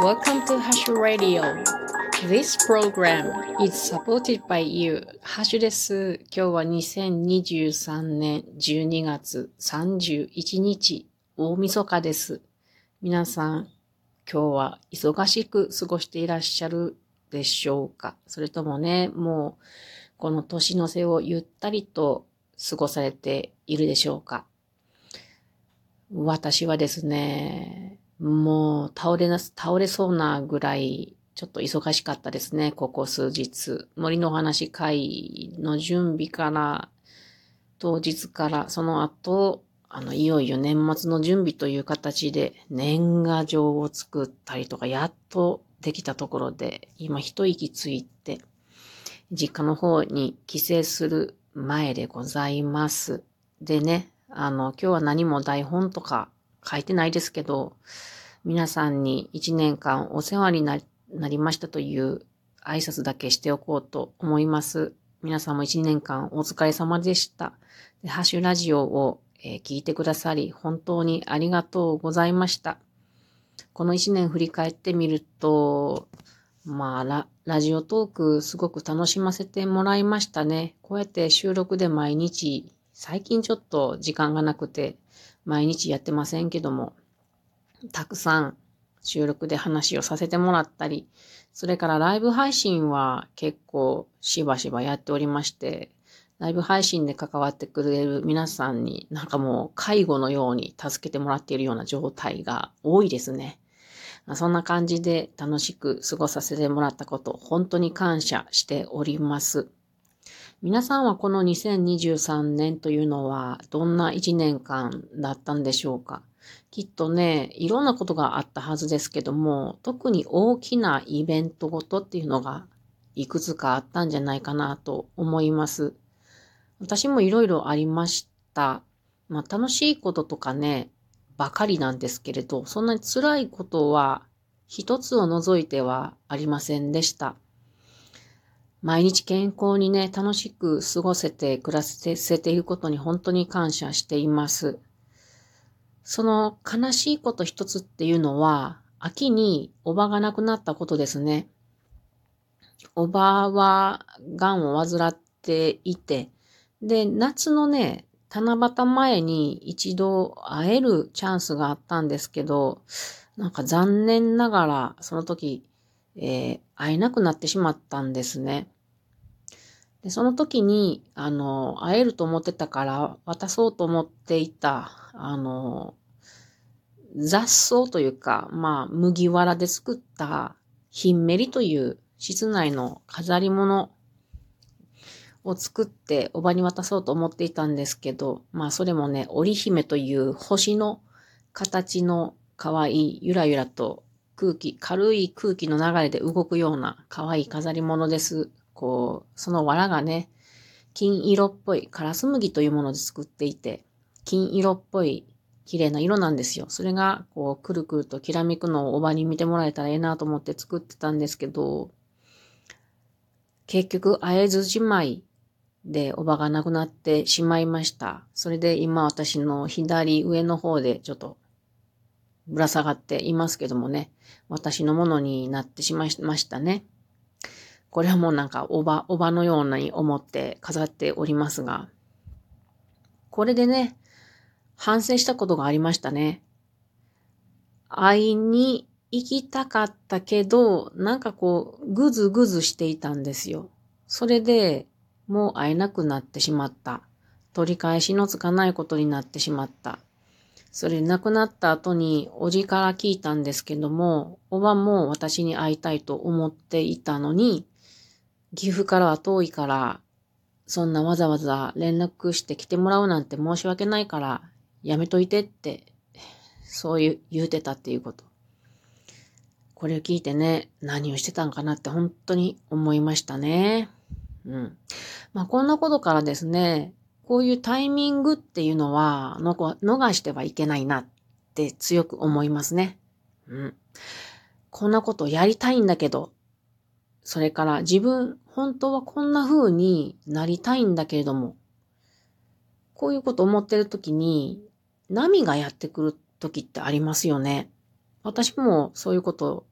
Welcome to Hash Radio. This program is supported by you. ハッシュです。今日は2023年12月31日、大晦日です。皆さん、今日は忙しく過ごしていらっしゃるでしょうか？それともね、もうこの年の瀬をゆったりと過ごされているでしょうか？私はですね、もう倒れそうなぐらいちょっと忙しかったですね、ここ数日。森のお話会の準備から、当日から、その後、いよいよ年末の準備という形で年賀状を作ったりとか、やっとできたところで、今一息ついて、実家の方に帰省する前でございます。でね、今日は何も台本とか書いてないですけど、皆さんに1年間お世話になりましたという挨拶だけしておこうと思います。皆さんも1年間お疲れ様でした。でハッシュラジオを、聞いてくださり、本当にありがとうございました。この1年振り返ってみると、ラジオトークすごく楽しませてもらいましたね。こうやって収録で毎日、最近ちょっと時間がなくて、毎日やってませんけども、たくさん収録で話をさせてもらったり、それからライブ配信は結構しばしばやっておりまして、ライブ配信で関わってくれる皆さんになんかもう介護のように助けてもらっているような状態が多いですね。そんな感じで楽しく過ごさせてもらったこと、本当に感謝しております。皆さんはこの2023年というのはどんな1年間だったんでしょうか？きっとね、いろんなことがあったはずですけども、特に大きなイベントごとっていうのがいくつかあったんじゃないかなと思います。私もいろいろありました。楽しいこととかね、ばかりなんですけれど、そんなに辛いことは一つを除いてはありませんでした。毎日健康にね、楽しく過ごせて暮らせていることに本当に感謝しています。その悲しいこと一つっていうのは、秋におばが亡くなったことですね。おばは癌を患っていて、で、夏のね、七夕前に一度会えるチャンスがあったんですけど、なんか残念ながらその時、会えなくなってしまったんですね。で、その時に、会えると思ってたから渡そうと思っていた、雑草というか、麦わらで作ったひんめりという室内の飾り物を作っておばに渡そうと思っていたんですけど、それもね、織姫という星の形の可愛いゆらゆらと軽い空気の流れで動くような可愛い飾り物です。その藁がね、金色っぽいカラス麦というもので作っていて、金色っぽい綺麗な色なんですよ。それがくるくるときらめくのをおばに見てもらえたらええなと思って作ってたんですけど、結局会えずじまいでおばが亡くなってしまいました。それで今私の左上の方でちょっとぶら下がっていますけどもね、私のものになってしまいましたね。これはもうなんかおばのように思って飾っておりますが、これでね、反省したことがありましたね。会いに行きたかったけど、なんかぐずぐずしていたんですよ。それでもう会えなくなってしまった。取り返しのつかないことになってしまった。それ亡くなった後におじから聞いたんですけども、おばも私に会いたいと思っていたのに、岐阜からは遠いから、そんなわざわざ連絡して来てもらうなんて申し訳ないからやめといてって、そう言うてたっていうこと。これを聞いてね、何をしてたんかなって本当に思いましたね。こんなことからですね、こういうタイミングっていうのは逃してはいけないなって強く思いますね。こんなことやりたいんだけど、それから自分、本当はこんな風になりたいんだけれども、こういうこと思ってるときに、波がやってくるときってありますよね。私もそういうこと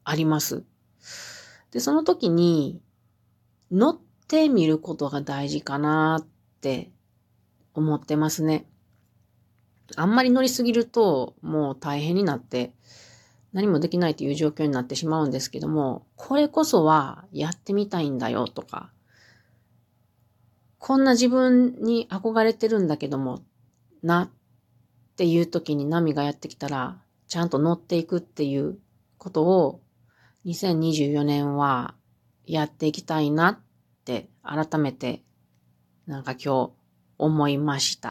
あります。で、その時に乗ってみることが大事かなって思ってますね。あんまり乗りすぎるともう大変になって何もできないという状況になってしまうんですけども、これこそはやってみたいんだよとか、こんな自分に憧れてるんだけどもなっていう時に波がやってきたらちゃんと乗っていくっていうことを2024年はやっていきたいなって改めてなんか今日思いました。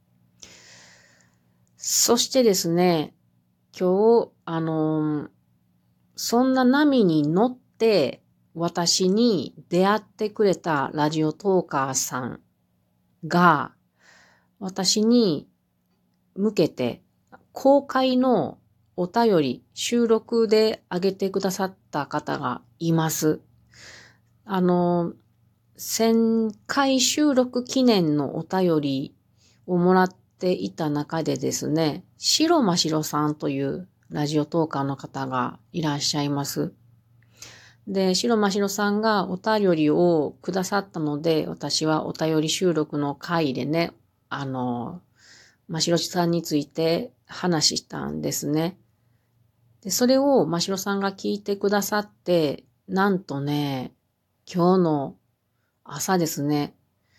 そしてですね、今日、そんな波に乗って私に出会ってくれたラジオトーカーさんが私に向けて公開のお便り収録で上げてくださった方がいます。1000回収録記念のお便りをもらっていた中でですね、白ましろさんというラジオトーカーの方がいらっしゃいます。で、白ましろさんがお便りをくださったので、私はお便り収録の回でね、ましろさんについて話したんですね。で、それをましろさんが聞いてくださって、なんとね、今日の朝ですね、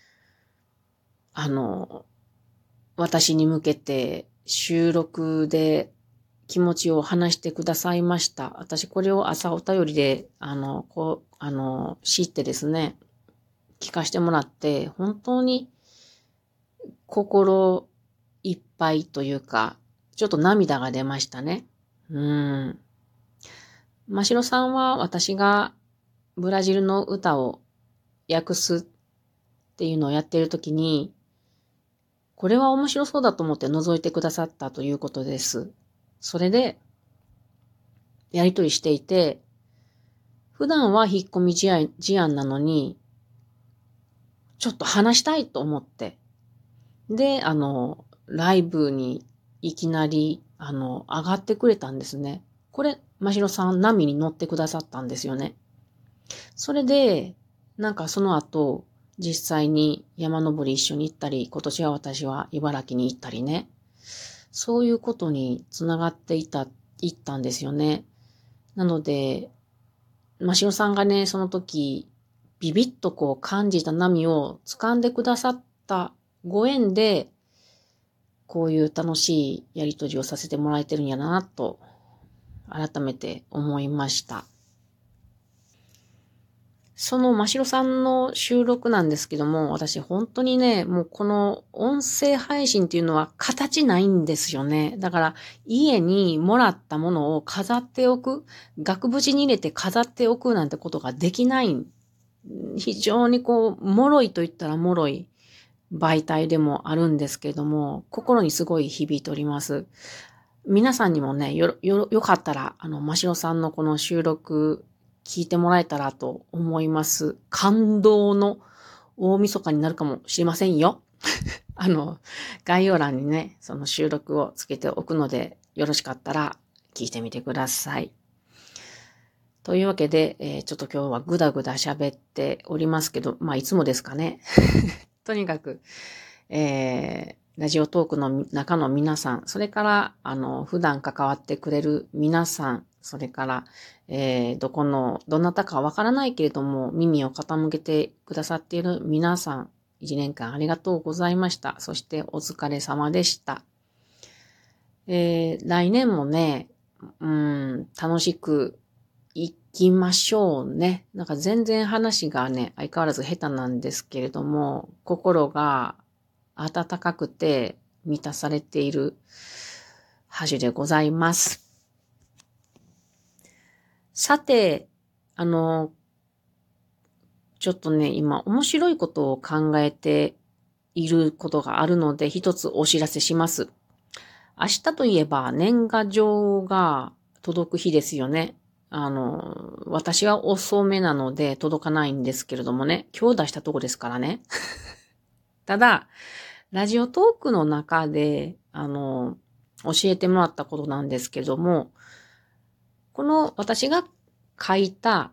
私に向けて収録で気持ちを話してくださいました。私これを朝お便りで、知ってですね、聞かせてもらって、本当に心いっぱいというか、ちょっと涙が出ましたね。ましろさんは私がブラジルの歌を訳すっていうのをやっているときに、これは面白そうだと思って覗いてくださったということです。それで、やりとりしていて、普段は引っ込み思案なのに、ちょっと話したいと思って。で、ライブにいきなり、上がってくれたんですね。これ、ましろさん波に乗ってくださったんですよね。それで、なんかその後、実際に山登り一緒に行ったり、今年は私は茨城に行ったりね。そういうことにつながっていったんですよね。なので、ましろさんがね、その時、ビビッとこう感じた波を掴んでくださったご縁で、こういう楽しいやりとりをさせてもらえてるんやなと、改めて思いました。そのましろさんの収録なんですけども、私本当にね、もうこの音声配信っていうのは形ないんですよね。だから家にもらったものを飾っておく、額縁に入れて飾っておくなんてことができない。非常にこう、脆いと言ったら脆い媒体でもあるんですけれども、心にすごい響いております。皆さんにもね、よかったら、ましろさんのこの収録、聞いてもらえたらと思います。感動の大晦日になるかもしれませんよ。概要欄にね、その収録をつけておくので、よろしかったら聞いてみてください。というわけで、ちょっと今日はぐだぐだ喋っておりますけど、まあいつもですかね。とにかく、ラジオトークの中の皆さん、それから、普段関わってくれる皆さん、それから、どなたかわからないけれども、耳を傾けてくださっている皆さん、一年間ありがとうございました。そしてお疲れ様でした。来年もね、楽しく行きましょうね。なんか全然話がね、相変わらず下手なんですけれども、心が温かくて満たされているハジュでございます。さて、ちょっとね、今面白いことを考えていることがあるので、一つお知らせします。明日といえば年賀状が届く日ですよね。私は遅めなので届かないんですけれどもね、今日出したとこですからね。ただ、ラジオトークの中で、教えてもらったことなんですけども、 この私が書いた、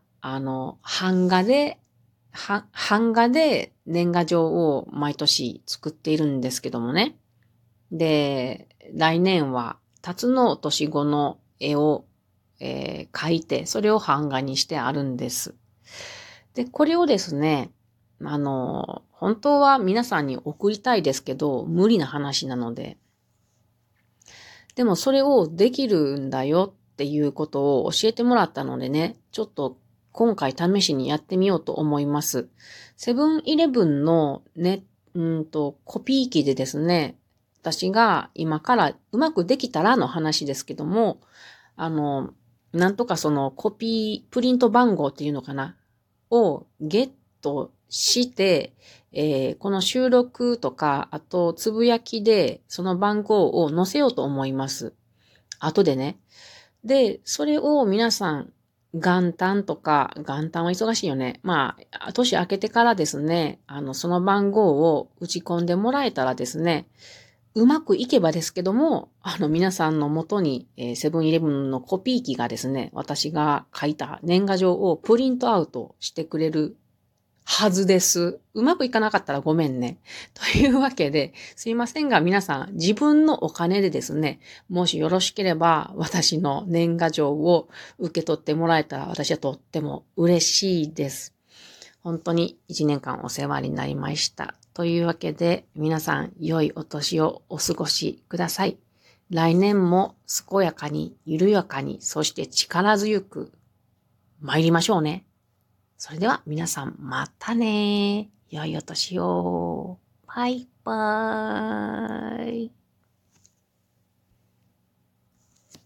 版画で年賀状を毎年作っているんですけどもね。で、来年は、辰の年子の絵を、描いて、それを版画にしてあるんです。で、これをですね、本当は皆さんに送りたいですけど、無理な話なので。でもそれをできるんだよっていうことを教えてもらったのでね、ちょっと今回試しにやってみようと思います。セブンイレブンのね、コピー機でですね、私が今からうまくできたらの話ですけども、なんとかそのプリント番号っていうのかなをゲットして、この収録とか、あとつぶやきでその番号を載せようと思います。後でね。で、それを皆さん、元旦は忙しいよね。まあ、年明けてからですね、その番号を打ち込んでもらえたらですね、うまくいけばですけども、皆さんの元に、セブンイレブンのコピー機がですね、私が書いた年賀状をプリントアウトしてくれるはずです。うまくいかなかったらごめんね。というわけで、すいませんが皆さん自分のお金でですね、もしよろしければ私の年賀状を受け取ってもらえたら私はとっても嬉しいです。本当に1年間お世話になりました。というわけで皆さん良いお年をお過ごしください。来年も健やかに緩やかにそして力強く参りましょうね。それでは皆さんまたね。良いお年を。バイバーイ。